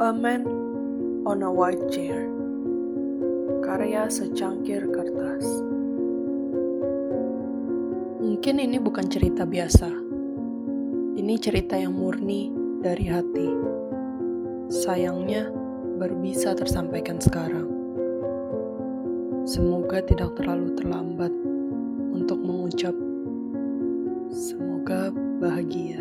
A Man on a White Chair, karya secangkir kertas. Mungkin ini bukan cerita biasa. Ini cerita yang murni dari hati. Sayangnya, baru bisa tersampaikan sekarang. Semoga tidak terlalu terlambat untuk mengucap semoga bahagia.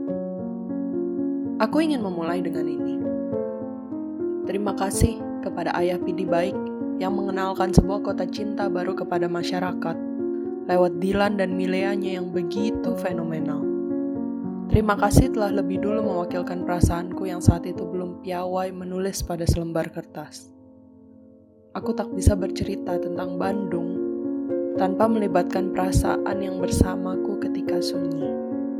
Aku ingin memulai dengan ini. Terima kasih kepada Ayah Pidi Baik yang mengenalkan sebuah kota cinta baru kepada masyarakat lewat Dilan dan Mileanya yang begitu fenomenal. Terima kasih telah lebih dulu mewakilkan perasaanku yang saat itu belum piawai menulis pada selembar kertas. Aku tak bisa bercerita tentang Bandung tanpa melibatkan perasaan yang bersamaku ketika sunyi.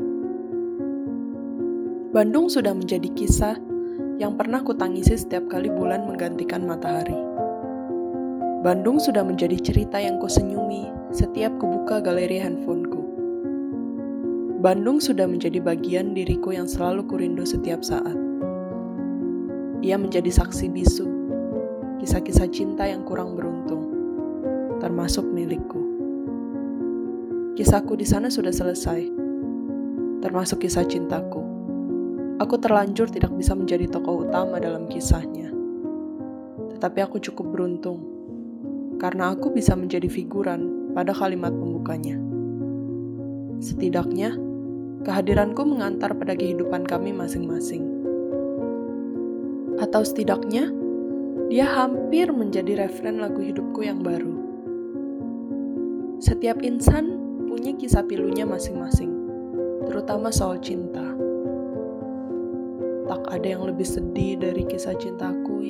Bandung sudah menjadi kisah yang pernah kutangisi setiap kali bulan menggantikan matahari. Bandung sudah menjadi cerita yang kusenyumi setiap kubuka galeri handphoneku. Bandung sudah menjadi bagian diriku yang selalu kurindu setiap saat. Ia menjadi saksi bisu, kisah-kisah cinta yang kurang beruntung, termasuk milikku. Kisahku di sana sudah selesai, termasuk kisah cintaku. Aku terlanjur tidak bisa menjadi tokoh utama dalam kisahnya. Tetapi aku cukup beruntung, karena aku bisa menjadi figuran pada kalimat pembukanya. Setidaknya, kehadiranku mengantar pada kehidupan kami masing-masing. Atau setidaknya, dia hampir menjadi referen lagu hidupku yang baru. Setiap insan punya kisah pilunya masing-masing, terutama soal cinta. Tak ada yang lebih sedih dari kisah cintaku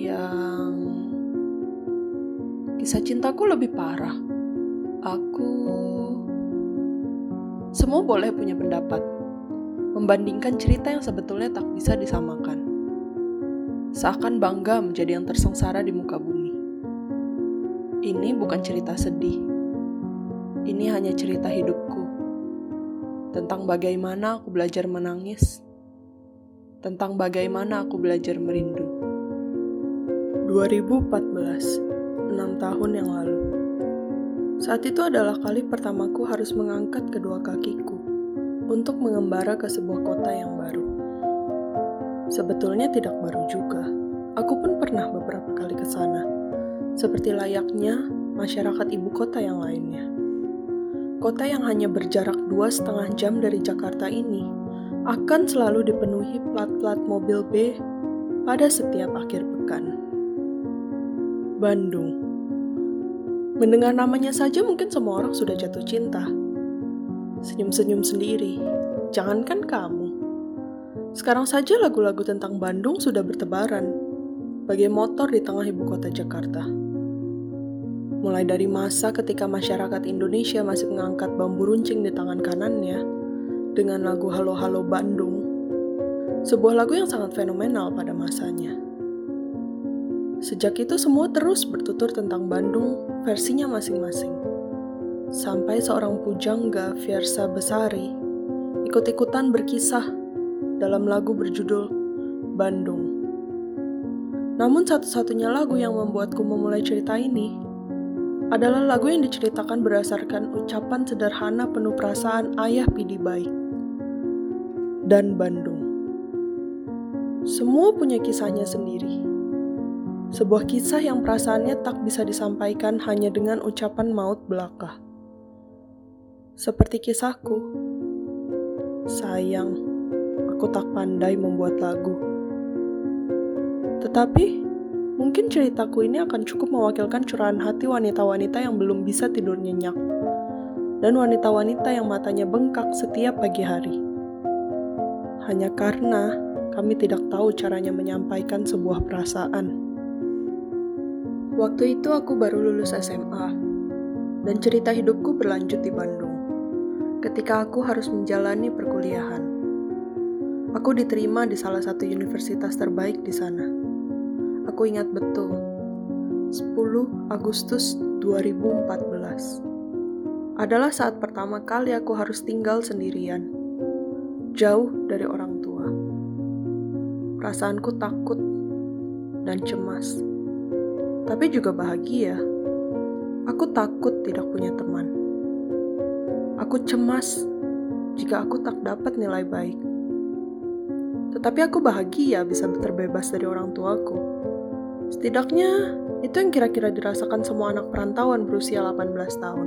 Kisah cintaku lebih parah. Semua boleh punya pendapat, membandingkan cerita yang sebetulnya tak bisa disamakan. Seakan bangga menjadi yang tersengsara di muka bumi. Ini bukan cerita sedih. Ini hanya cerita hidupku. Tentang bagaimana aku belajar menangis. Tentang bagaimana aku belajar merindu. 2014, 6 tahun yang lalu. Saat itu adalah kali pertamaku harus mengangkat kedua kakiku untuk mengembara ke sebuah kota yang baru. Sebetulnya tidak baru juga. Aku pun pernah beberapa kali ke sana, seperti layaknya masyarakat ibu kota yang lainnya. Kota yang hanya berjarak 2,5 jam dari Jakarta ini akan selalu dipenuhi plat-plat mobil B pada setiap akhir pekan. Bandung. Mendengar namanya saja mungkin semua orang sudah jatuh cinta. Senyum-senyum sendiri, jangankan kamu. Sekarang saja lagu-lagu tentang Bandung sudah bertebaran, bagai motor di tengah ibu kota Jakarta. Mulai dari masa ketika masyarakat Indonesia masih mengangkat bambu runcing di tangan kanannya, dengan lagu Halo Halo Bandung, sebuah lagu yang sangat fenomenal pada masanya. Sejak itu semua terus bertutur tentang Bandung versinya masing-masing. Sampai seorang pujangga Fiersa Besari ikut-ikutan berkisah dalam lagu berjudul Bandung. Namun satu-satunya lagu yang membuatku memulai cerita ini adalah lagu yang diceritakan berdasarkan ucapan sederhana penuh perasaan Ayah Pidi Baik dan Bandung. Semua punya kisahnya sendiri. Sebuah kisah yang perasaannya tak bisa disampaikan hanya dengan ucapan maut belaka. Seperti kisahku. Sayang, aku tak pandai membuat lagu. Tetapi, mungkin ceritaku ini akan cukup mewakilkan curahan hati wanita-wanita yang belum bisa tidur nyenyak. Dan wanita-wanita yang matanya bengkak setiap pagi hari. Hanya karena kami tidak tahu caranya menyampaikan sebuah perasaan. Waktu itu aku baru lulus SMA, dan cerita hidupku berlanjut di Bandung. Ketika aku harus menjalani perkuliahan. Aku diterima di salah satu universitas terbaik di sana. Aku ingat betul, 10 Agustus 2014. Adalah saat pertama kali aku harus tinggal sendirian. Jauh dari orang tua. Perasaanku takut, dan cemas. Tapi juga bahagia. Aku takut tidak punya teman. Aku cemas jika aku tak dapat nilai baik. Tetapi aku bahagia bisa terbebas dari orang tuaku. Setidaknya itu yang kira-kira dirasakan semua anak perantauan berusia 18 tahun.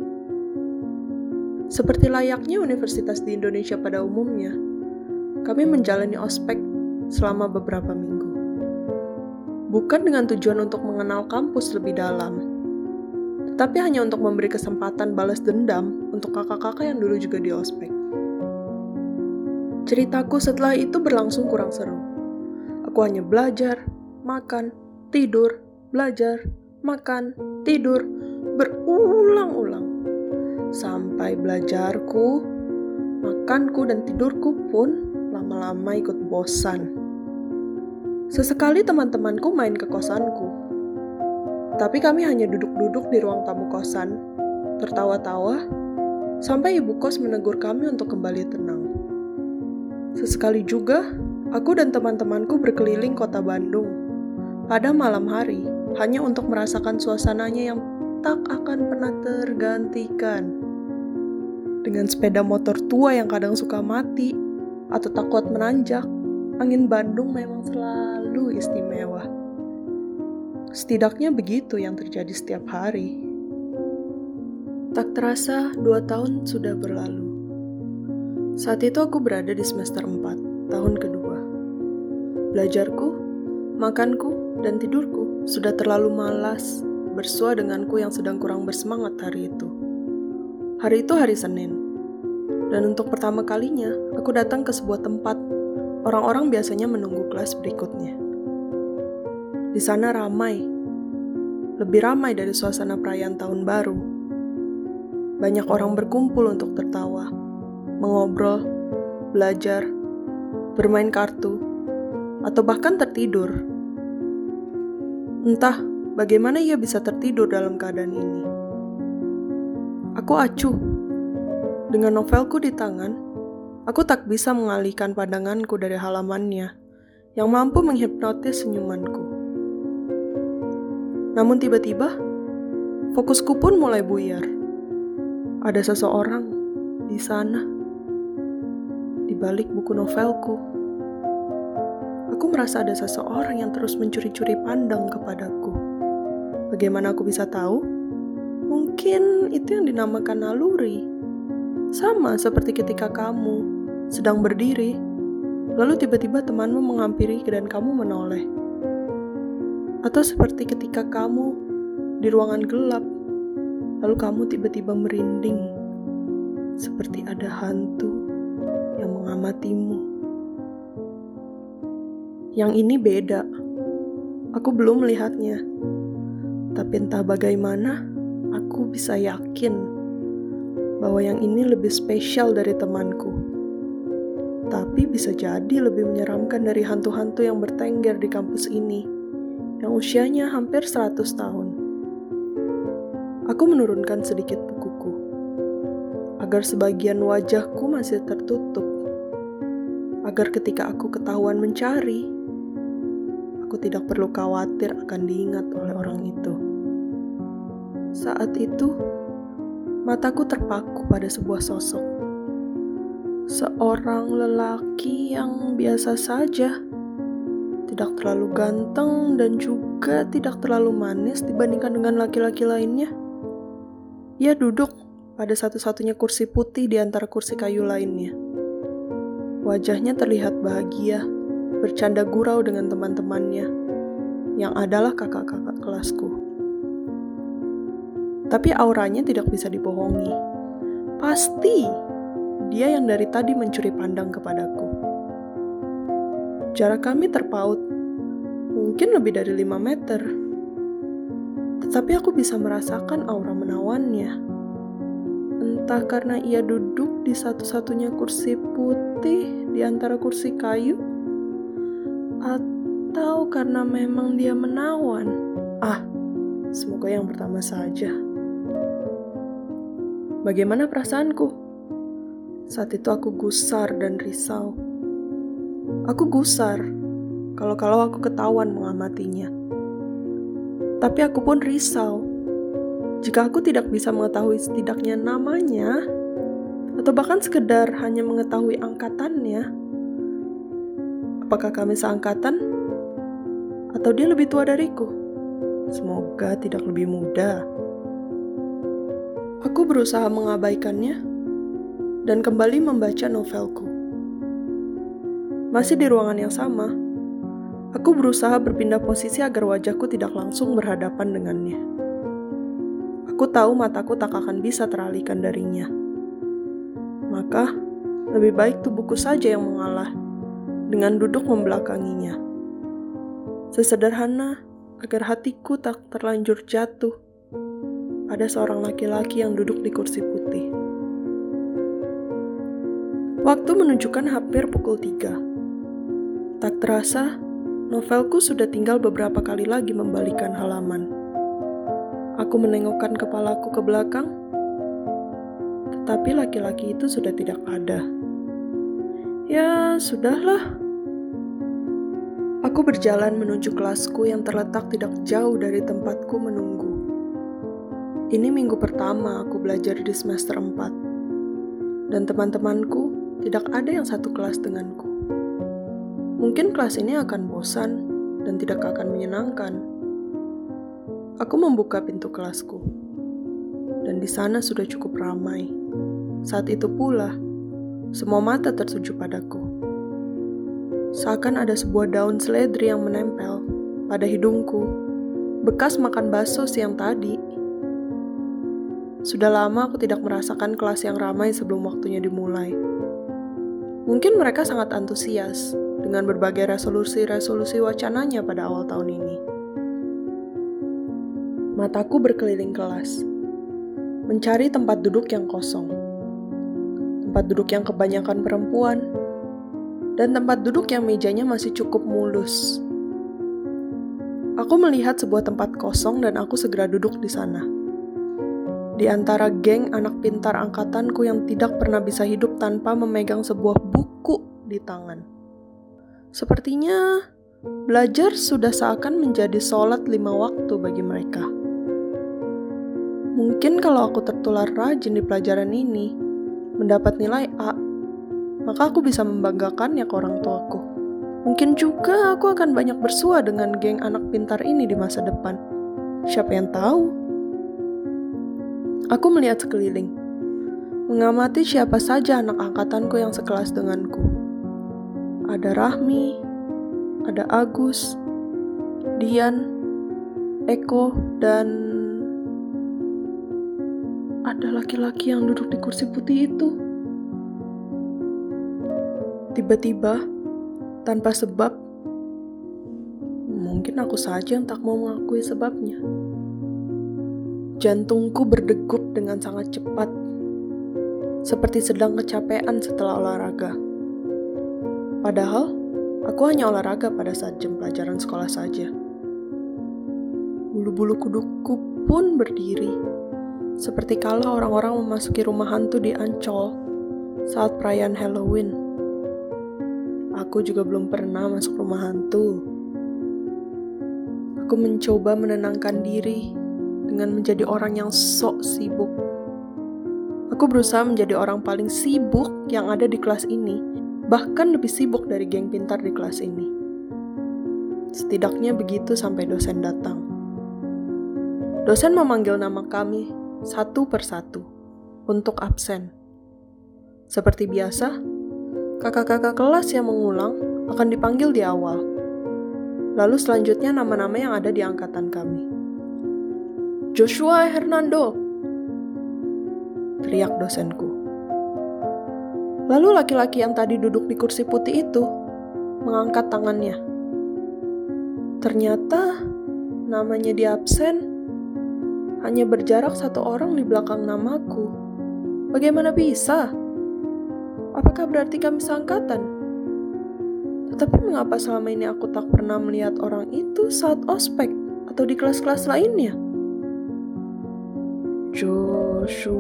Seperti layaknya universitas di Indonesia pada umumnya, kami menjalani ospek selama beberapa minggu. Bukan dengan tujuan untuk mengenal kampus lebih dalam, tetapi hanya untuk memberi kesempatan balas dendam untuk kakak-kakak yang dulu juga di ospek. Ceritaku setelah itu berlangsung kurang seru. Aku hanya belajar, makan, tidur, belajar, makan, tidur, berulang-ulang. Sampai belajarku, makanku, dan tidurku pun lama-lama ikut bosan. Sesekali teman-temanku main ke kosanku. Tapi kami hanya duduk-duduk di ruang tamu kosan, tertawa-tawa, sampai ibu kos menegur kami untuk kembali tenang. Sesekali juga, aku dan teman-temanku berkeliling kota Bandung pada malam hari, hanya untuk merasakan suasananya yang tak akan pernah tergantikan. Dengan sepeda motor tua yang kadang suka mati atau tak kuat menanjak, angin Bandung memang selalu istimewa. Setidaknya begitu yang terjadi setiap hari. Tak terasa 2 tahun sudah berlalu. Saat itu aku berada di semester 4, tahun kedua. Belajarku, makanku, dan tidurku sudah terlalu malas bersua denganku yang sedang kurang bersemangat hari itu. Hari itu hari Senin, dan untuk pertama kalinya aku datang ke sebuah tempat orang-orang biasanya menunggu kelas berikutnya. Di sana ramai, lebih ramai dari suasana perayaan tahun baru. Banyak orang berkumpul untuk tertawa, mengobrol, belajar, bermain kartu, atau bahkan tertidur. Entah bagaimana ia bisa tertidur dalam keadaan ini. Aku acuh. Dengan novelku di tangan, aku tak bisa mengalihkan pandanganku dari halamannya yang mampu menghipnotis senyumanku. Namun tiba-tiba, fokusku pun mulai buyar. Ada seseorang di sana, di balik buku novelku. Aku merasa ada seseorang yang terus mencuri-curi pandang kepadaku. Bagaimana aku bisa tahu? Mungkin itu yang dinamakan naluri. Sama seperti ketika kamu sedang berdiri, lalu tiba-tiba temanmu menghampiri dan kamu menoleh. Atau seperti ketika kamu di ruangan gelap, lalu kamu tiba-tiba merinding, seperti ada hantu yang mengamatimu. Yang ini beda. Aku belum melihatnya. Tapi entah bagaimana, aku bisa yakin bahwa yang ini lebih spesial dari temanku. Tapi bisa jadi lebih menyeramkan dari hantu-hantu yang bertengger di kampus ini, yang usianya hampir 100 tahun. Aku menurunkan sedikit bukuku, agar sebagian wajahku masih tertutup, agar ketika aku ketahuan mencari, aku tidak perlu khawatir akan diingat oleh orang itu. Saat itu, mataku terpaku pada sebuah sosok. Seorang lelaki yang biasa saja, tidak terlalu ganteng dan juga tidak terlalu manis dibandingkan dengan laki-laki lainnya. Ia duduk pada satu-satunya kursi putih di antara kursi kayu lainnya. Wajahnya terlihat bahagia, bercanda gurau dengan teman-temannya, yang adalah kakak-kakak kelasku. Tapi auranya tidak bisa dibohongi. Pasti dia yang dari tadi mencuri pandang kepadaku. Jarak kami terpaut, mungkin lebih dari 5 meter. Tetapi aku bisa merasakan aura menawannya. Entah karena ia duduk di satu-satunya kursi putih di antara kursi kayu, atau karena memang dia menawan. Semoga yang pertama saja. Bagaimana perasaanku? Saat itu aku gusar dan risau. Aku gusar kalau aku ketahuan mengamatinya. Tapi aku pun risau jika aku tidak bisa mengetahui setidaknya namanya, atau bahkan sekedar hanya mengetahui angkatannya. Apakah kami seangkatan? Atau dia lebih tua dariku? Semoga tidak lebih muda. Aku berusaha mengabaikannya dan kembali membaca novelku. Masih di ruangan yang sama, aku berusaha berpindah posisi agar wajahku tidak langsung berhadapan dengannya. Aku tahu mataku tak akan bisa teralihkan darinya. Maka, lebih baik tubuhku saja yang mengalah dengan duduk membelakanginya. Sesederhana agar hatiku tak terlanjur jatuh pada seorang laki-laki yang duduk di kursi putih. Waktu menunjukkan hampir pukul 3. Tak terasa, novelku sudah tinggal beberapa kali lagi membalikan halaman. Aku menengokkan kepalaku ke belakang, tetapi laki-laki itu sudah tidak ada. Ya, sudahlah. Aku berjalan menuju kelasku yang terletak tidak jauh dari tempatku menunggu. Ini minggu pertama aku belajar di semester 4, dan teman-temanku tidak ada yang satu kelas denganku. Mungkin kelas ini akan bosan dan tidak akan menyenangkan. Aku membuka pintu kelasku, dan di sana sudah cukup ramai. Saat itu pula, semua mata tertuju padaku. Seakan ada sebuah daun seledri yang menempel pada hidungku, bekas makan bakso siang tadi. Sudah lama aku tidak merasakan kelas yang ramai sebelum waktunya dimulai. Mungkin mereka sangat antusias dengan berbagai resolusi wacananya pada awal tahun ini. Mataku berkeliling kelas, mencari tempat duduk yang kosong, tempat duduk yang kebanyakan perempuan, dan tempat duduk yang mejanya masih cukup mulus. Aku melihat sebuah tempat kosong dan aku segera duduk di sana. Di antara geng anak pintar angkatanku yang tidak pernah bisa hidup tanpa memegang sebuah buku di tangan. Sepertinya belajar sudah seakan menjadi sholat 5 waktu bagi mereka. Mungkin kalau aku tertular rajin di pelajaran ini, mendapat nilai A, maka aku bisa membanggakannya ke orang tuaku. Mungkin juga aku akan banyak bersua dengan geng anak pintar ini di masa depan. Siapa yang tahu? Aku melihat sekeliling, mengamati siapa saja anak angkatanku yang sekelas denganku. Ada Rahmi, ada Agus, Dian, Eko, dan ada laki-laki yang duduk di kursi putih itu. Tiba-tiba, tanpa sebab, mungkin aku saja yang tak mau mengakui sebabnya. Jantungku berdegup dengan sangat cepat, seperti sedang kecapean setelah olahraga. Padahal, aku hanya olahraga pada saat jam pelajaran sekolah saja. Bulu-bulu kuduku pun berdiri, seperti kala orang-orang memasuki rumah hantu di Ancol saat perayaan Halloween. Aku juga belum pernah masuk rumah hantu. Aku mencoba menenangkan diri dengan menjadi orang yang sok sibuk. Aku berusaha menjadi orang paling sibuk yang ada di kelas ini, bahkan lebih sibuk dari geng pintar di kelas ini. Setidaknya begitu sampai dosen datang. Dosen memanggil nama kami satu persatu untuk absen. Seperti biasa, kakak-kakak kelas yang mengulang akan dipanggil di awal. Lalu selanjutnya nama-nama yang ada di angkatan kami. Joshua Hernando, teriak dosenku. Lalu laki-laki yang tadi duduk di kursi putih itu mengangkat tangannya. Ternyata namanya di absen hanya berjarak 1 orang di belakang namaku. Bagaimana bisa? Apakah berarti kami seangkatan? Tetapi mengapa selama ini aku tak pernah melihat orang itu saat ospek atau di kelas-kelas lainnya?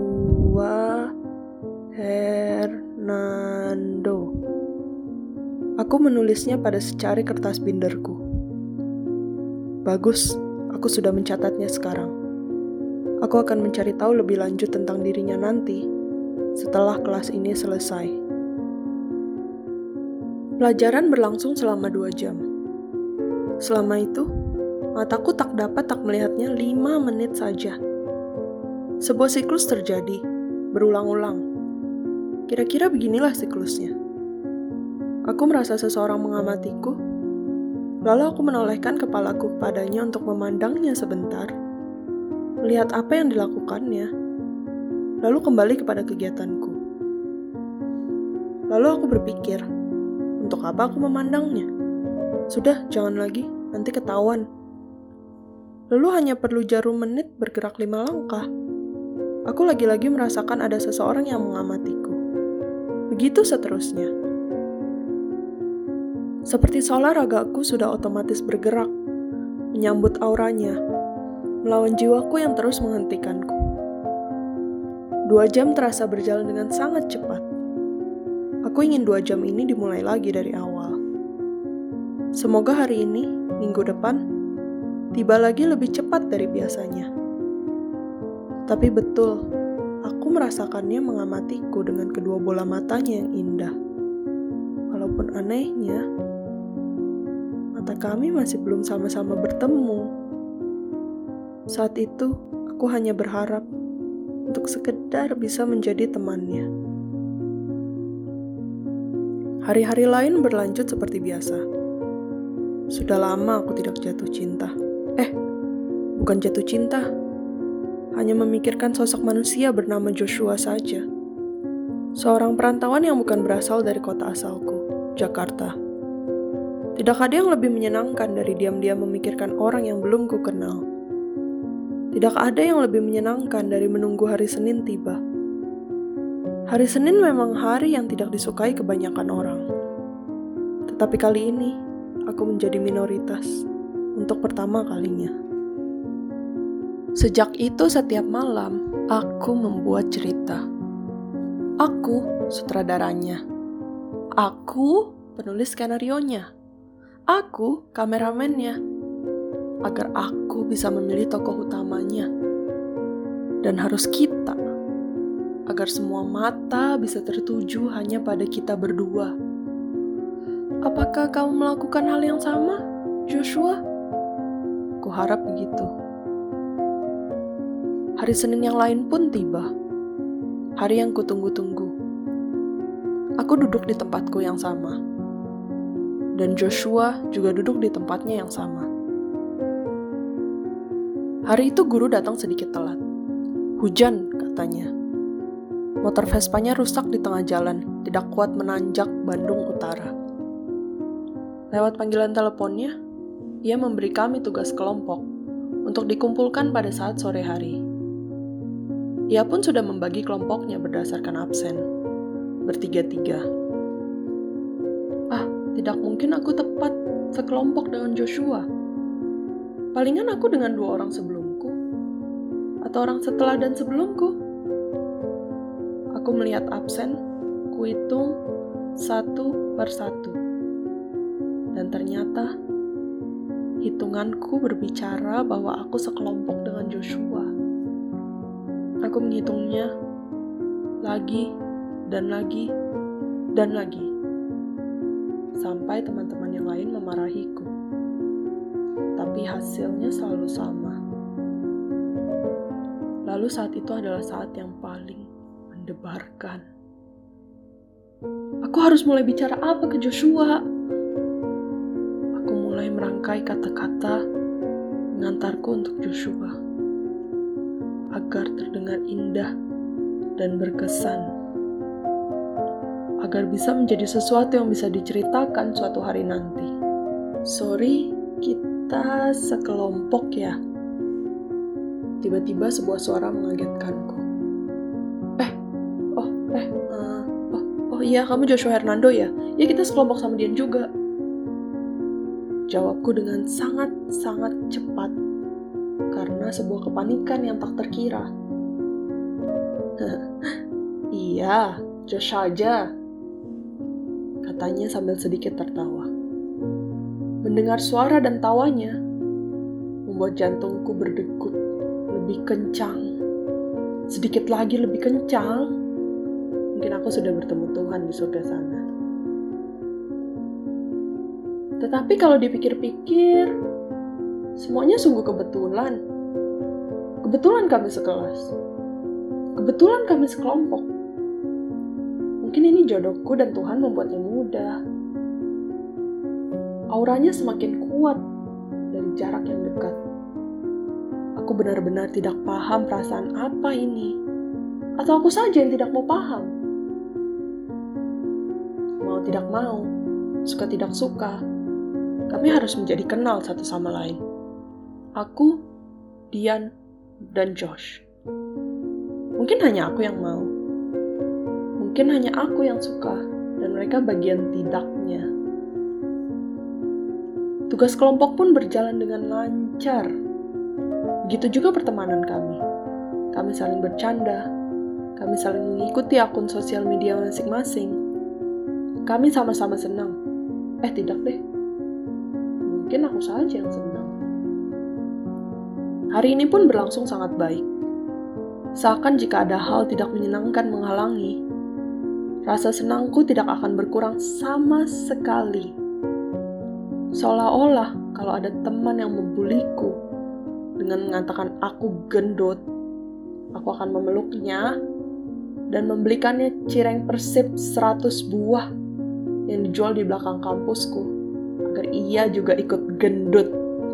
Joshua Hernando. Aku menulisnya pada secari kertas binderku. Bagus, aku sudah mencatatnya sekarang. Aku akan mencari tahu lebih lanjut tentang dirinya nanti, setelah kelas ini selesai. Pelajaran berlangsung selama 2 jam. Selama itu, mataku tak dapat tak melihatnya 5 menit saja. Sebuah siklus terjadi, berulang-ulang. Kira-kira beginilah siklusnya. Aku merasa seseorang mengamatiku, lalu aku menolehkan kepalaku kepadanya untuk memandangnya sebentar, melihat apa yang dilakukannya, lalu kembali kepada kegiatanku. Lalu aku berpikir, untuk apa aku memandangnya? Sudah, jangan lagi, nanti ketahuan. Lalu hanya perlu jarum menit bergerak 5 langkah. Aku lagi-lagi merasakan ada seseorang yang mengamatiku. Begitu seterusnya. Seperti seolah ragaku sudah otomatis bergerak, menyambut auranya, melawan jiwaku yang terus menghentikanku. 2 jam terasa berjalan dengan sangat cepat. Aku ingin 2 jam ini dimulai lagi dari awal. Semoga hari ini, minggu depan, tiba lagi lebih cepat dari biasanya. Tapi betul, aku merasakannya mengamatiku dengan kedua bola matanya yang indah. Walaupun anehnya, mata kami masih belum sama-sama bertemu. Saat itu, aku hanya berharap untuk sekedar bisa menjadi temannya. Hari-hari lain berlanjut seperti biasa. Sudah lama aku tidak jatuh cinta. Bukan jatuh cinta. Hanya memikirkan sosok manusia bernama Joshua saja. Seorang perantauan yang bukan berasal dari kota asalku, Jakarta. Tidak ada yang lebih menyenangkan dari diam-diam memikirkan orang yang belum ku kenal. Tidak ada yang lebih menyenangkan dari menunggu hari Senin tiba. Hari Senin memang hari yang tidak disukai kebanyakan orang. Tetapi kali ini, aku menjadi minoritas untuk pertama kalinya. Sejak itu setiap malam, aku membuat cerita. Aku sutradaranya. Aku penulis skenarionya. Aku kameramennya. Agar aku bisa memilih tokoh utamanya. Dan harus kita. Agar semua mata bisa tertuju hanya pada kita berdua. Apakah kamu melakukan hal yang sama, Joshua? Kuharap begitu. Hari Senin yang lain pun tiba. Hari yang kutunggu-tunggu. Aku duduk di tempatku yang sama. Dan Joshua juga duduk di tempatnya yang sama. Hari itu guru datang sedikit telat. Hujan, katanya. Motor Vespanya rusak di tengah jalan, tidak kuat menanjak Bandung Utara. Lewat panggilan teleponnya, ia memberi kami tugas kelompok untuk dikumpulkan pada saat sore hari. Ia pun sudah membagi kelompoknya berdasarkan absen, bertiga-tiga. Tidak mungkin aku tepat sekelompok dengan Joshua. Palingan aku dengan 2 orang sebelumku, atau orang setelah dan sebelumku. Aku melihat absen, kuhitung 1 per 1. Dan ternyata, hitunganku berbicara bahwa aku sekelompok dengan Joshua. Aku menghitungnya lagi, dan lagi, dan lagi. Sampai teman-teman yang lain memarahiku. Tapi hasilnya selalu sama. Lalu saat itu adalah saat yang paling mendebarkan. Aku harus mulai bicara apa ke Joshua? Aku mulai merangkai kata-kata mengantarku untuk Joshua. Agar terdengar indah dan berkesan. Agar bisa menjadi sesuatu yang bisa diceritakan suatu hari nanti. Sorry, kita sekelompok ya. Tiba-tiba sebuah suara mengagetkanku. Iya, kamu Joshua Hernando ya? Ya, kita sekelompok sama dia juga. Jawabku dengan sangat-sangat cepat. Karena sebuah kepanikan yang tak terkira. Iya, Josh aja. katanya sambil sedikit tertawa. Mendengar suara dan tawanya membuat jantungku berdegup lebih kencang. Sedikit lagi lebih kencang. Mungkin aku sudah bertemu Tuhan di surga sana. Tetapi kalau dipikir-pikir, semuanya sungguh kebetulan. Kebetulan kami sekelas. Kebetulan kami sekelompok. Mungkin ini jodohku dan Tuhan membuatnya mudah. Auranya semakin kuat dari jarak yang dekat. Aku benar-benar tidak paham perasaan apa ini. Atau aku saja yang tidak mau paham. Mau tidak mau, suka tidak suka, kami harus menjadi kenal satu sama lain. Aku, Dian, dan Josh. Mungkin hanya aku yang mau. Mungkin hanya aku yang suka, dan mereka bagian tidaknya. Tugas kelompok pun berjalan dengan lancar. Begitu juga pertemanan kami. Kami saling bercanda. Kami saling mengikuti akun sosial media masing-masing. Kami sama-sama senang. Tidak deh. Mungkin aku saja yang senang. Hari ini pun berlangsung sangat baik. Seakan jika ada hal tidak menyenangkan menghalangi, rasa senangku tidak akan berkurang sama sekali. Seolah-olah kalau ada teman yang membuliku dengan mengatakan aku gendut, aku akan memeluknya dan membelikannya cireng Persib 100 buah yang dijual di belakang kampusku agar ia juga ikut gendut.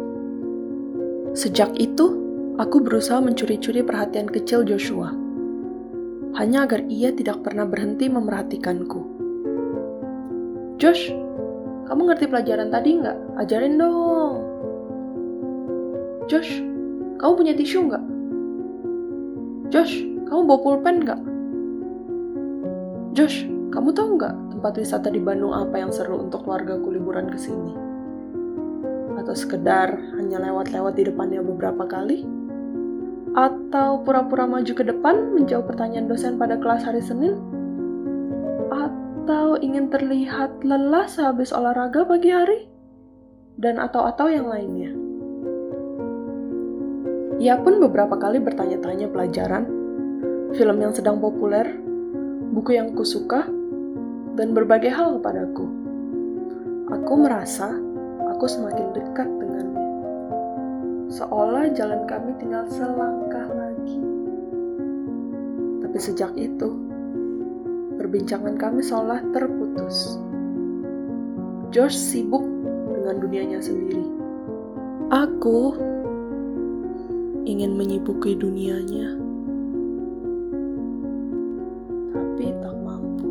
Sejak itu, aku berusaha mencuri-curi perhatian kecil Joshua, hanya agar ia tidak pernah berhenti memerhatikanku. Josh, kamu ngerti pelajaran tadi nggak? Ajarin dong. Josh, kamu punya tisu nggak? Josh, kamu bawa pulpen nggak? Josh, kamu tahu nggak tempat wisata di Bandung apa yang seru untuk keluargaku liburan ke sini? Atau sekedar hanya lewat-lewat di depannya beberapa kali? Atau pura-pura maju ke depan menjawab pertanyaan dosen pada kelas hari Senin? Atau ingin terlihat lelah sehabis olahraga pagi hari? Dan atau yang lainnya. Ia pun beberapa kali bertanya-tanya pelajaran, film yang sedang populer, buku yang kusuka, dan berbagai hal kepadaku. Aku merasa aku semakin dekat dengannya. Seolah jalan kami tinggal selangkah lagi. Tapi sejak itu, perbincangan kami seolah terputus. Josh sibuk dengan dunianya sendiri. Aku ingin menyibuki dunianya, tapi tak mampu.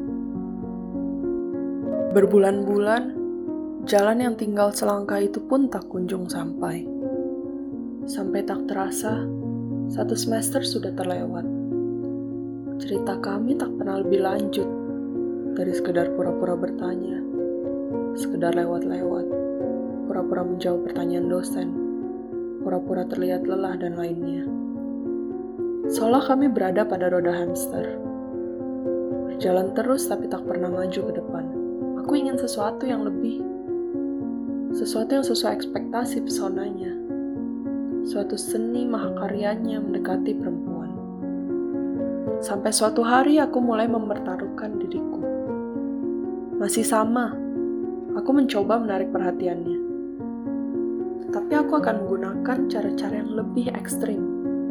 Berbulan-bulan, jalan yang tinggal selangkah itu pun tak kunjung sampai. Sampai tak terasa, 1 semester sudah terlewat. Cerita kami tak pernah lebih lanjut dari sekedar pura-pura bertanya, sekedar lewat-lewat, pura-pura menjawab pertanyaan dosen, pura-pura terlihat lelah dan lainnya. Seolah kami berada pada roda hamster. Berjalan terus tapi tak pernah maju ke depan. Aku ingin sesuatu yang lebih. Sesuatu yang sesuai ekspektasi pesonanya. Suatu seni mahakaryanya mendekati perempuan. Sampai suatu hari aku mulai mempertaruhkan diriku. Masih sama, aku mencoba menarik perhatiannya. Tetapi aku akan menggunakan cara-cara yang lebih ekstrim.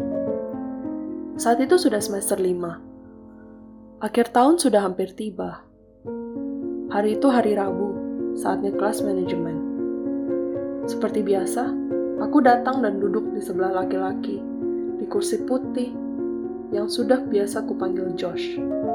Saat itu sudah semester 5. Akhir tahun sudah hampir tiba. Hari itu hari Rabu, saatnya kelas manajemen. Seperti biasa, aku datang dan duduk di sebelah laki-laki, di kursi putih, yang sudah biasa kupanggil Josh.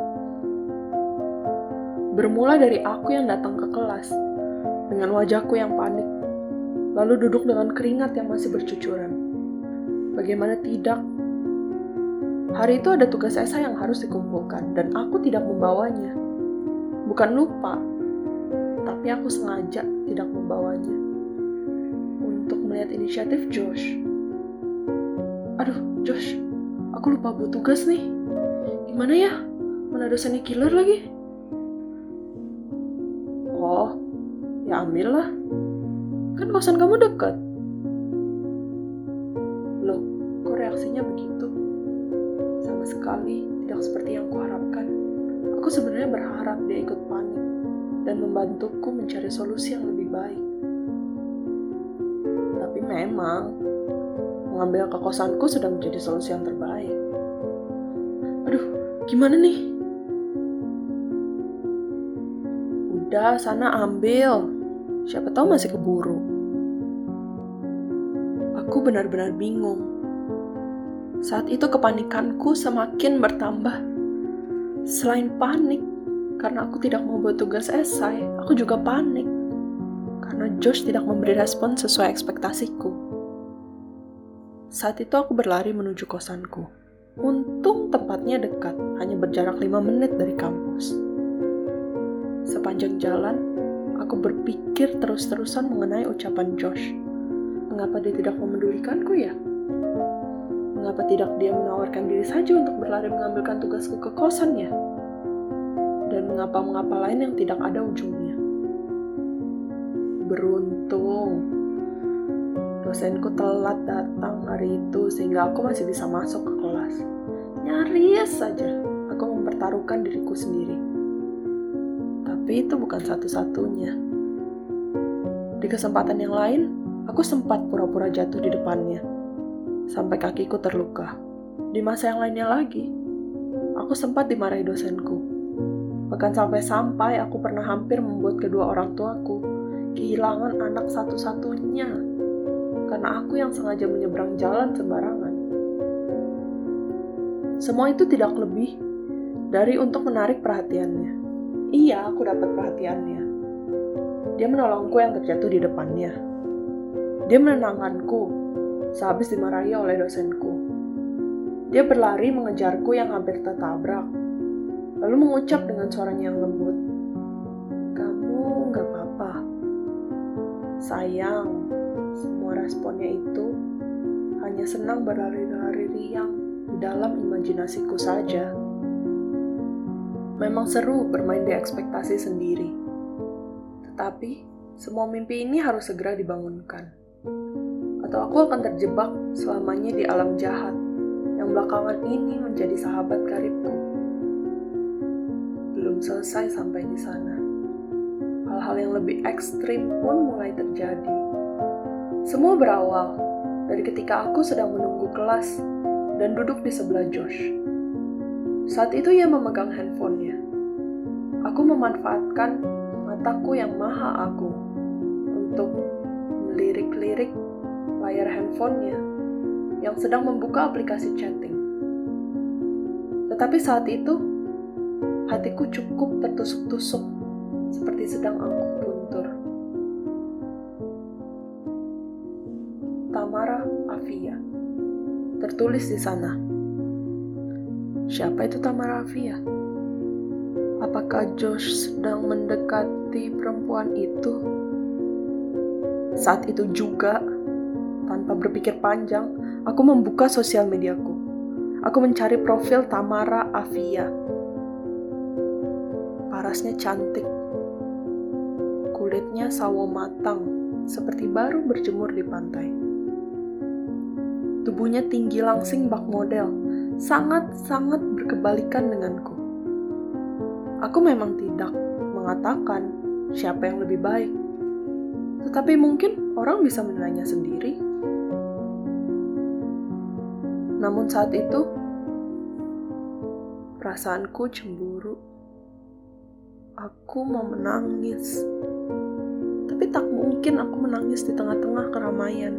Bermula dari aku yang datang ke kelas, dengan wajahku yang panik, lalu duduk dengan keringat yang masih bercucuran. Bagaimana tidak? Hari itu ada tugas esai yang harus dikumpulkan, dan aku tidak membawanya. Bukan lupa, tapi aku sengaja tidak membawanya. Untuk melihat inisiatif Josh. Aduh, Josh, aku lupa buat tugas nih. Gimana ya? Mana dosennya killer lagi? Oh, ya ambillah. Kan kosan kamu dekat. Loh, kok reaksinya begitu? Sama sekali tidak seperti yang kuharapkan. Aku sebenarnya berharap dia ikut panik dan membantuku mencari solusi yang lebih baik. Tapi memang, mengambil ke kosanku sudah menjadi solusi yang terbaik. Aduh, gimana nih? Udah, sana ambil. Siapa tahu masih keburu. Aku benar-benar bingung. Saat itu kepanikanku semakin bertambah. Selain panik, karena aku tidak mau buat tugas esai, aku juga panik. Karena Josh tidak memberi respon sesuai ekspektasiku. Saat itu aku berlari menuju kosanku. Untung tempatnya dekat, hanya berjarak 5 menit dari kampus. Sepanjang jalan, aku berpikir terus-terusan mengenai ucapan Josh. Mengapa dia tidak memedulikanku ya? Mengapa tidak dia menawarkan diri saja untuk berlari mengambilkan tugasku ke kosan ya? Dan mengapa lain yang tidak ada ujungnya? Beruntung, dosenku telat datang hari itu sehingga aku masih bisa masuk ke kelas. Nyaris saja aku mempertaruhkan diriku sendiri. Tapi itu bukan satu-satunya. Di kesempatan yang lain, aku sempat pura-pura jatuh di depannya, sampai kakiku terluka. Di masa yang lainnya lagi, aku sempat dimarahi dosenku. Bahkan sampai aku pernah hampir membuat kedua orang tuaku kehilangan anak satu-satunya, karena aku yang sengaja menyeberang jalan sembarangan. Semua itu tidak lebih dari untuk menarik perhatiannya. Iya, aku dapat perhatiannya. Dia menolongku yang terjatuh di depannya. Dia menenangkanku sehabis dimarahi oleh dosenku. Dia berlari mengejarku yang hampir tertabrak, lalu mengucap dengan suaranya yang lembut, "Kamu gak apa-apa." Sayang, semua responnya itu hanya senang berlari-lari riang di dalam imajinasiku saja. Memang seru bermain di ekspektasi sendiri. Tetapi, semua mimpi ini harus segera dibangunkan. Atau aku akan terjebak selamanya di alam jahat yang belakangan ini menjadi sahabat karibku. Belum selesai sampai di sana. Hal-hal yang lebih ekstrim pun mulai terjadi. Semua berawal dari ketika aku sedang menunggu kelas dan duduk di sebelah Josh. Saat itu ia memegang handphonenya. Aku memanfaatkan mataku yang maha agung untuk melirik-lirik layar handphonenya yang sedang membuka aplikasi chatting. Tetapi saat itu, hatiku cukup tertusuk-tusuk seperti sedang angkut buntur. Tamara Afia. Tertulis di sana. Siapa itu Tamara Afia? Apakah Josh sedang mendekati perempuan itu? Saat itu juga, tanpa berpikir panjang, aku membuka sosial mediaku. Aku mencari profil Tamara Afia. Parasnya cantik. Kulitnya sawo matang, seperti baru berjemur di pantai. Tubuhnya tinggi langsing bak model, sangat-sangat berkebalikan denganku. Aku memang tidak mengatakan siapa yang lebih baik, tetapi mungkin orang bisa menilainya sendiri. Namun saat itu, perasaanku cemburu. Aku mau menangis, tapi tak mungkin aku menangis di tengah-tengah keramaian.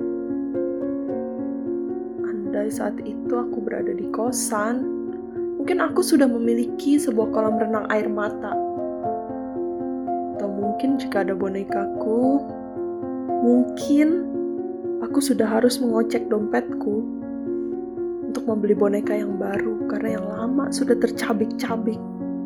Andai saat itu aku berada di kosan, mungkin aku sudah memiliki sebuah kolam renang air mata. Atau mungkin jika ada bonekaku, mungkin aku sudah harus mengocek dompetku untuk membeli boneka yang baru karena yang lama sudah tercabik-cabik.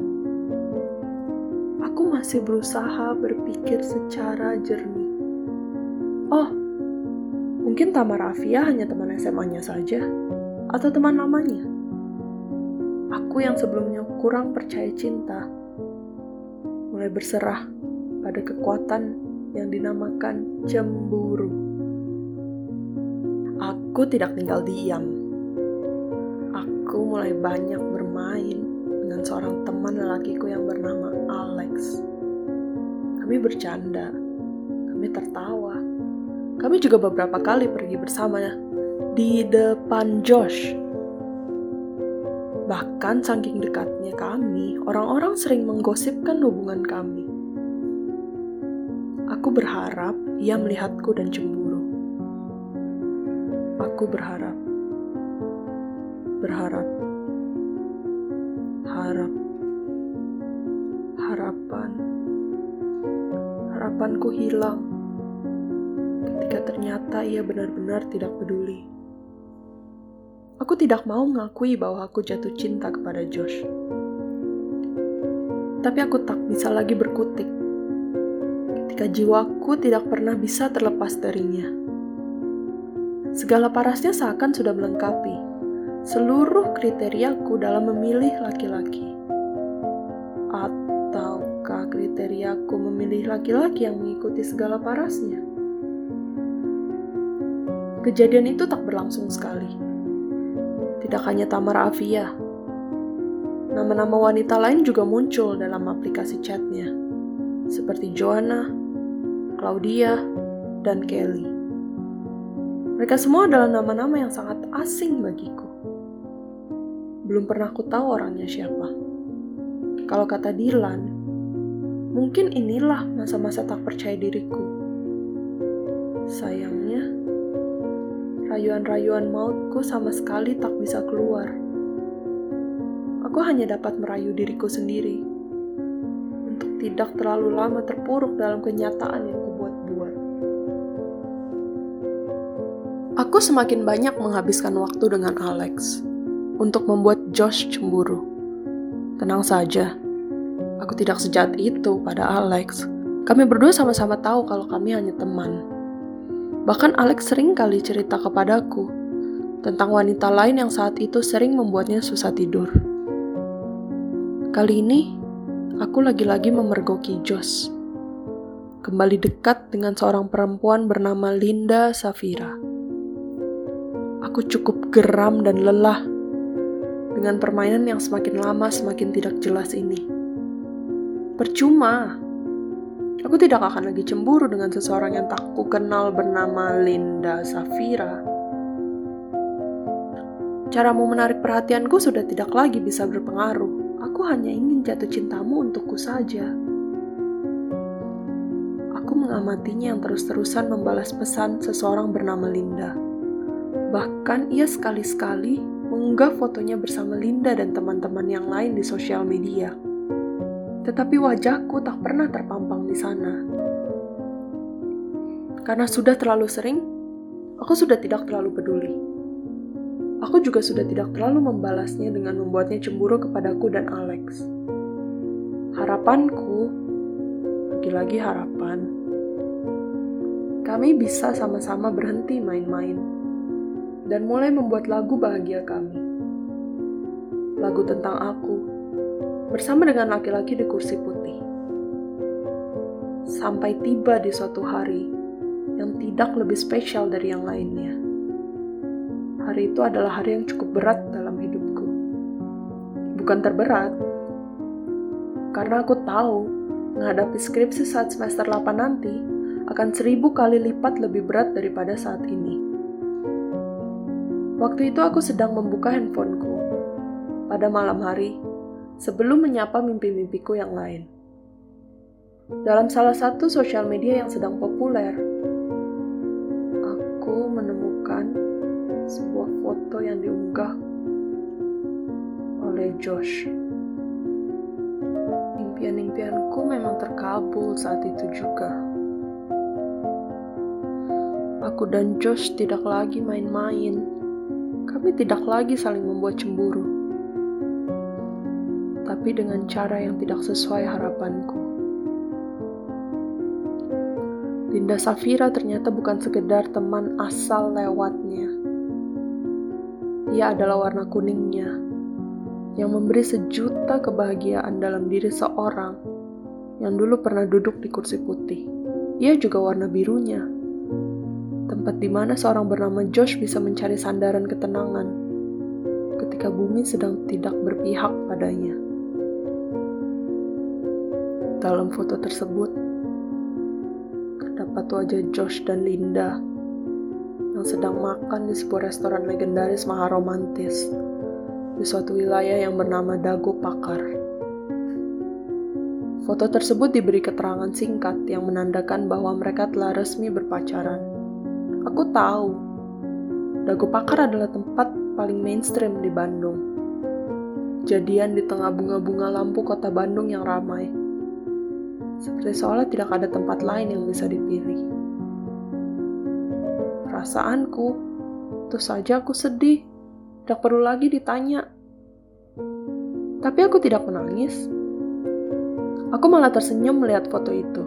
Aku masih berusaha berpikir secara jernih. Oh, mungkin Tamara Afia hanya teman SMA-nya saja, atau teman lamanya. Aku yang sebelumnya kurang percaya cinta, mulai berserah pada kekuatan yang dinamakan cemburu. Aku tidak tinggal diam. Aku mulai banyak bermain dengan seorang teman lelakiku yang bernama Alex. Kami bercanda, kami tertawa. Kami juga beberapa kali pergi bersama di depan Josh. Bahkan saking dekatnya kami, orang-orang sering menggosipkan hubungan kami. Aku berharap ia melihatku dan cemburu. Aku berharap. Harapanku hilang ketika ternyata ia benar-benar tidak peduli. Aku tidak mau mengakui bahwa aku jatuh cinta kepada Josh. Tapi aku tak bisa lagi berkutik ketika jiwaku tidak pernah bisa terlepas darinya. Segala parasnya seakan sudah melengkapi seluruh kriteriaku dalam memilih laki-laki. Ataukah kriteriaku memilih laki-laki yang mengikuti segala parasnya? Kejadian itu tak berlangsung sekali. Tidak hanya Tamara Afia, nama-nama wanita lain juga muncul dalam aplikasi chatnya, seperti Joanna, Claudia, dan Kelly. Mereka semua adalah nama-nama yang sangat asing bagiku. Belum pernah aku tahu orangnya siapa. Kalau kata Dylan, mungkin inilah masa-masa tak percaya diriku. Sayangnya, rayuan-rayuan mautku sama sekali tak bisa keluar. Aku hanya dapat merayu diriku sendiri untuk tidak terlalu lama terpuruk dalam kenyataan yang kubuat-buat. Aku semakin banyak menghabiskan waktu dengan Alex untuk membuat Josh cemburu. Tenang saja, aku tidak sejahat itu pada Alex. Kami berdua sama-sama tahu kalau kami hanya teman. Bahkan Alex sering kali cerita kepadaku tentang wanita lain yang saat itu sering membuatnya susah tidur. Kali ini, aku lagi-lagi memergoki Josh. Kembali dekat dengan seorang perempuan bernama Linda Safira. Aku cukup geram dan lelah dengan permainan yang semakin lama semakin tidak jelas ini. Percuma. Aku tidak akan lagi cemburu dengan seseorang yang tak kukenal bernama Linda Safira. Caramu menarik perhatianku sudah tidak lagi bisa berpengaruh. Aku hanya ingin jatuh cintamu untukku saja. Aku mengamatinya yang terus-terusan membalas pesan seseorang bernama Linda. Bahkan ia sekali-sekali mengunggah fotonya bersama Linda dan teman-teman yang lain di sosial media. Tetapi wajahku tak pernah terpampang di sana. Karena sudah terlalu sering, aku sudah tidak terlalu peduli. Aku juga sudah tidak terlalu membalasnya dengan membuatnya cemburu kepadaku dan Alex. Harapanku, lagi-lagi harapan, kami bisa sama-sama berhenti main-main dan mulai membuat lagu bahagia kami. Lagu tentang aku, bersama dengan laki-laki di kursi putih. Sampai tiba di suatu hari yang tidak lebih spesial dari yang lainnya. Hari itu adalah hari yang cukup berat dalam hidupku. Bukan terberat, karena aku tahu menghadapi skripsi saat semester 8 nanti akan 1000 kali lipat lebih berat daripada saat ini. Waktu itu aku sedang membuka handphoneku pada malam hari sebelum menyapa mimpi-mimpiku yang lain. Dalam salah satu sosial media yang sedang populer, aku menemukan sebuah foto yang diunggah oleh Josh. Impian-impianku memang terkabul saat itu juga. Aku dan Josh tidak lagi main-main. Kami tidak lagi saling membuat cemburu. Tapi dengan cara yang tidak sesuai harapanku. Linda Safira ternyata bukan sekedar teman asal lewatnya. Ia adalah warna kuningnya, yang memberi sejuta kebahagiaan dalam diri seorang yang dulu pernah duduk di kursi putih. Ia juga warna birunya. Tempat di mana seorang bernama Josh bisa mencari sandaran ketenangan ketika bumi sedang tidak berpihak padanya. Dalam foto tersebut, terdapat wajah Josh dan Linda yang sedang makan di sebuah restoran legendaris maha romantis di suatu wilayah yang bernama Dago Pakar. Foto tersebut diberi keterangan singkat yang menandakan bahwa mereka telah resmi berpacaran. Aku tahu, Dago Pakar adalah tempat paling mainstream di Bandung. Jadian di tengah bunga-bunga lampu kota Bandung yang ramai. Seperti seolah tidak ada tempat lain yang bisa dipilih. Perasaanku, tentu saja aku sedih. Tidak perlu lagi ditanya. Tapi aku tidak menangis. Aku malah tersenyum melihat foto itu.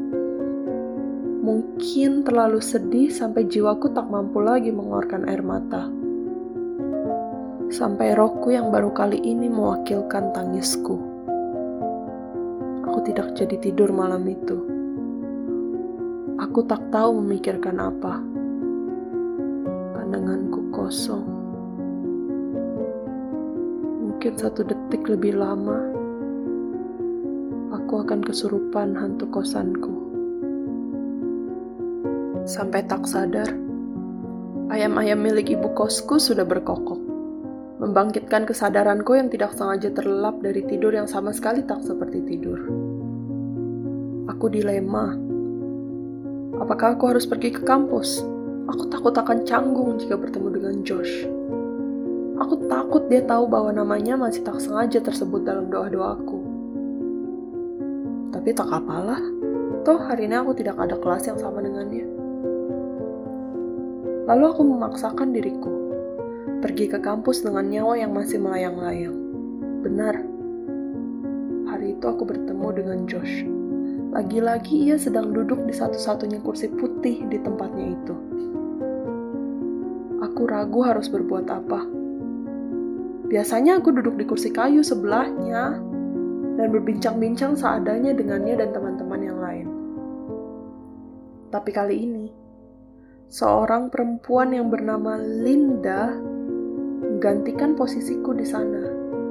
Mungkin terlalu sedih sampai jiwaku tak mampu lagi mengeluarkan air mata. Sampai rohku yang baru kali ini mewakilkan tangisku. Aku tidak jadi tidur malam itu. Aku tak tahu memikirkan apa. Pandanganku kosong. Mungkin 1 detik lebih lama, aku akan kesurupan hantu kosanku. Sampai tak sadar, ayam-ayam milik ibu kosku sudah berkokok, membangkitkan kesadaranku yang tidak sengaja terlelap dari tidur yang sama sekali tak seperti tidur. Aku dilema. Apakah aku harus pergi ke kampus? Aku takut akan canggung jika bertemu dengan Josh. Aku takut dia tahu bahwa namanya masih tak sengaja tersebut dalam doa-doaku. Tapi tak apalah, toh hari ini aku tidak ada kelas yang sama dengannya. Lalu aku memaksakan diriku pergi ke kampus dengan nyawa yang masih melayang-layang. Benar, hari itu aku bertemu dengan Josh. Lagi-lagi ia sedang duduk di satu-satunya kursi putih di tempatnya itu. Aku ragu harus berbuat apa. Biasanya aku duduk di kursi kayu sebelahnya dan berbincang-bincang seadanya dengannya dan teman-teman yang lain. Tapi kali ini, seorang perempuan yang bernama Linda menggantikan posisiku di sana.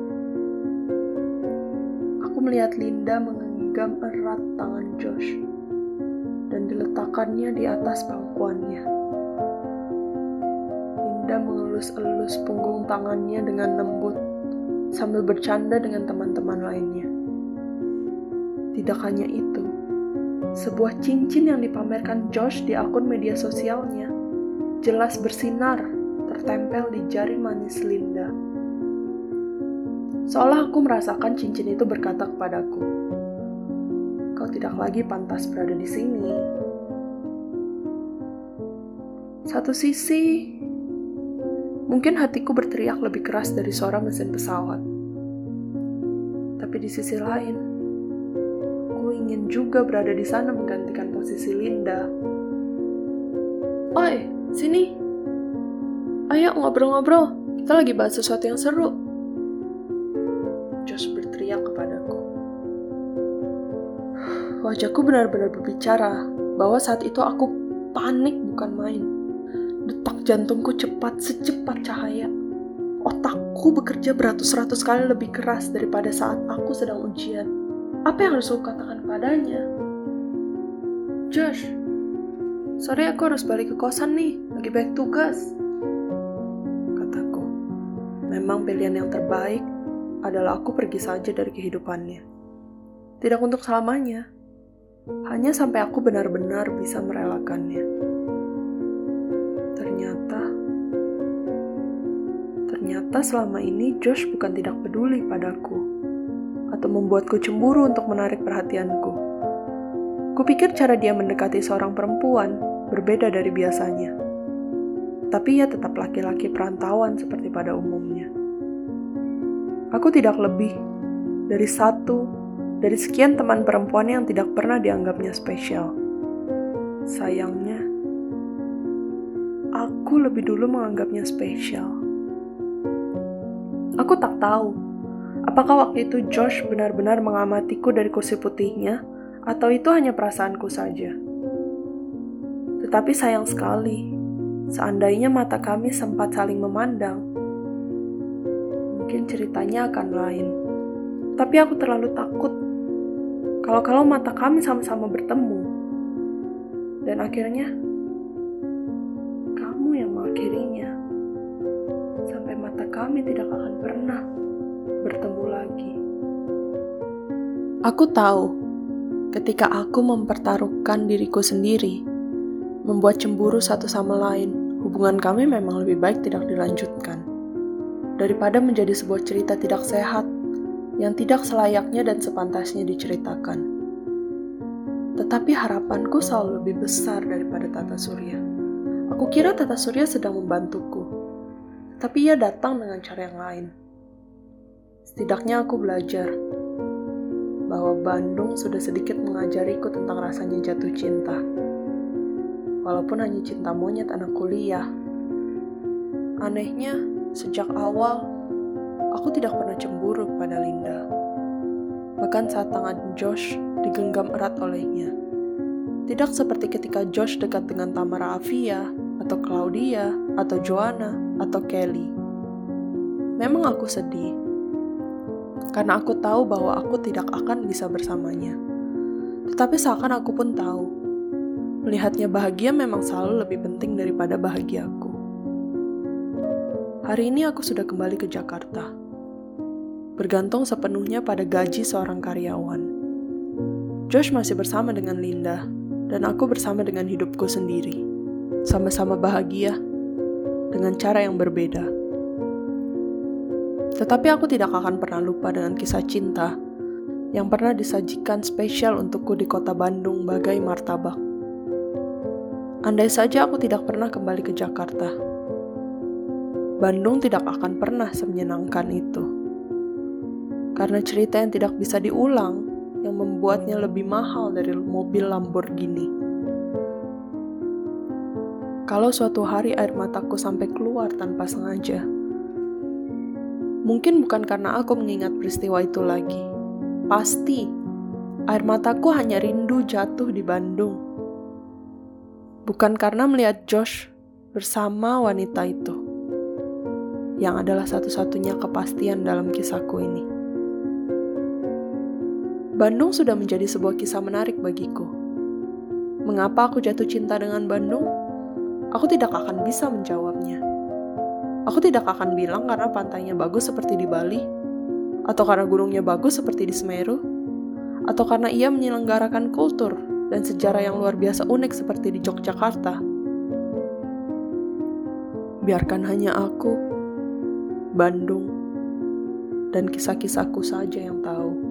Aku melihat Linda menggenggam erat tangan Josh dan diletakkannya di atas pangkuannya. Linda mengelus-elus punggung tangannya dengan lembut sambil bercanda dengan teman-teman lainnya. Tidak hanya itu, sebuah cincin yang dipamerkan Josh di akun media sosialnya jelas bersinar tertempel di jari manis Linda. Seolah aku merasakan cincin itu berkata kepadaku, "Kau tidak lagi pantas berada di sini." Satu sisi, mungkin hatiku berteriak lebih keras dari suara mesin pesawat. Tapi di sisi lain, aku ingin juga berada di sana menggantikan posisi Linda. "Oi, sini. Ayo ngobrol-ngobrol. Kita lagi bahas sesuatu yang seru." Josh berteriak kepadaku. Wajahku benar-benar berbicara bahwa saat itu aku panik bukan main. Detak jantungku cepat secepat cahaya. Otakku bekerja beratus-ratus kali lebih keras daripada saat aku sedang ujian. Apa yang harus aku katakan padanya? "Josh, sorry aku harus balik ke kosan nih, lagi banyak tugas," kataku. Memang pilihan yang terbaik adalah aku pergi saja dari kehidupannya. Tidak untuk selamanya, hanya sampai aku benar-benar bisa merelakannya. Ternyata selama ini Josh bukan tidak peduli padaku atau membuatku cemburu untuk menarik perhatianku. Kupikir cara dia mendekati seorang perempuan berbeda dari biasanya. Tapi ia tetap laki-laki perantauan seperti pada umumnya. Aku tidak lebih dari sekian teman perempuan yang tidak pernah dianggapnya spesial. Sayangnya, aku lebih dulu menganggapnya spesial. Aku tak tahu Apakah waktu itu Josh benar-benar mengamatiku dari kursi putihnya, atau itu hanya perasaanku saja? Tetapi sayang sekali, seandainya mata kami sempat saling memandang, mungkin ceritanya akan lain. Tapi aku terlalu takut kalau mata kami sama-sama bertemu. Dan akhirnya, kamu yang mengakhirinya. Sampai mata kami tidak akan pernah bertemu lagi. Aku tahu, ketika aku mempertaruhkan diriku sendiri, membuat cemburu satu sama lain, hubungan kami memang lebih baik tidak dilanjutkan. Daripada menjadi sebuah cerita tidak sehat, yang tidak selayaknya dan sepantasnya diceritakan. Tetapi harapanku selalu lebih besar daripada Tata Surya. Aku kira Tata Surya sedang membantuku, tapi ia datang dengan cara yang lain. Setidaknya aku belajar bahwa Bandung sudah sedikit mengajariku tentang rasanya jatuh cinta. Walaupun hanya cinta monyet anak kuliah. Anehnya, sejak awal, aku tidak pernah cemburu pada Linda. Bahkan saat tangan Josh digenggam erat olehnya. Tidak seperti ketika Josh dekat dengan Tamara Afia, atau Claudia, atau Joanna, atau Kelly. Memang aku sedih, karena aku tahu bahwa aku tidak akan bisa bersamanya. Tetapi seakan aku pun tahu, melihatnya bahagia memang selalu lebih penting daripada bahagiaku. Hari ini aku sudah kembali ke Jakarta, bergantung sepenuhnya pada gaji seorang karyawan. Josh masih bersama dengan Linda, dan aku bersama dengan hidupku sendiri. Sama-sama bahagia, dengan cara yang berbeda. Tetapi aku tidak akan pernah lupa dengan kisah cinta yang pernah disajikan spesial untukku di kota Bandung bagai martabak. Andai saja aku tidak pernah kembali ke Jakarta, Bandung tidak akan pernah semenyenangkan itu. Karena cerita yang tidak bisa diulang, yang membuatnya lebih mahal dari mobil Lamborghini. Kalau suatu hari air mataku sampai keluar tanpa sengaja, mungkin bukan karena aku mengingat peristiwa itu lagi. Pasti, air mataku hanya rindu jatuh di Bandung. Bukan karena melihat Josh bersama wanita itu, yang adalah satu-satunya kepastian dalam kisahku ini. Bandung sudah menjadi sebuah kisah menarik bagiku. Mengapa aku jatuh cinta dengan Bandung? Aku tidak akan bisa menjawabnya. Aku tidak akan bilang karena pantainya bagus seperti di Bali, atau karena gunungnya bagus seperti di Semeru, atau karena ia menyelenggarakan kultur dan sejarah yang luar biasa unik seperti di Yogyakarta. Biarkan hanya aku, Bandung, dan kisah-kisahku saja yang tahu.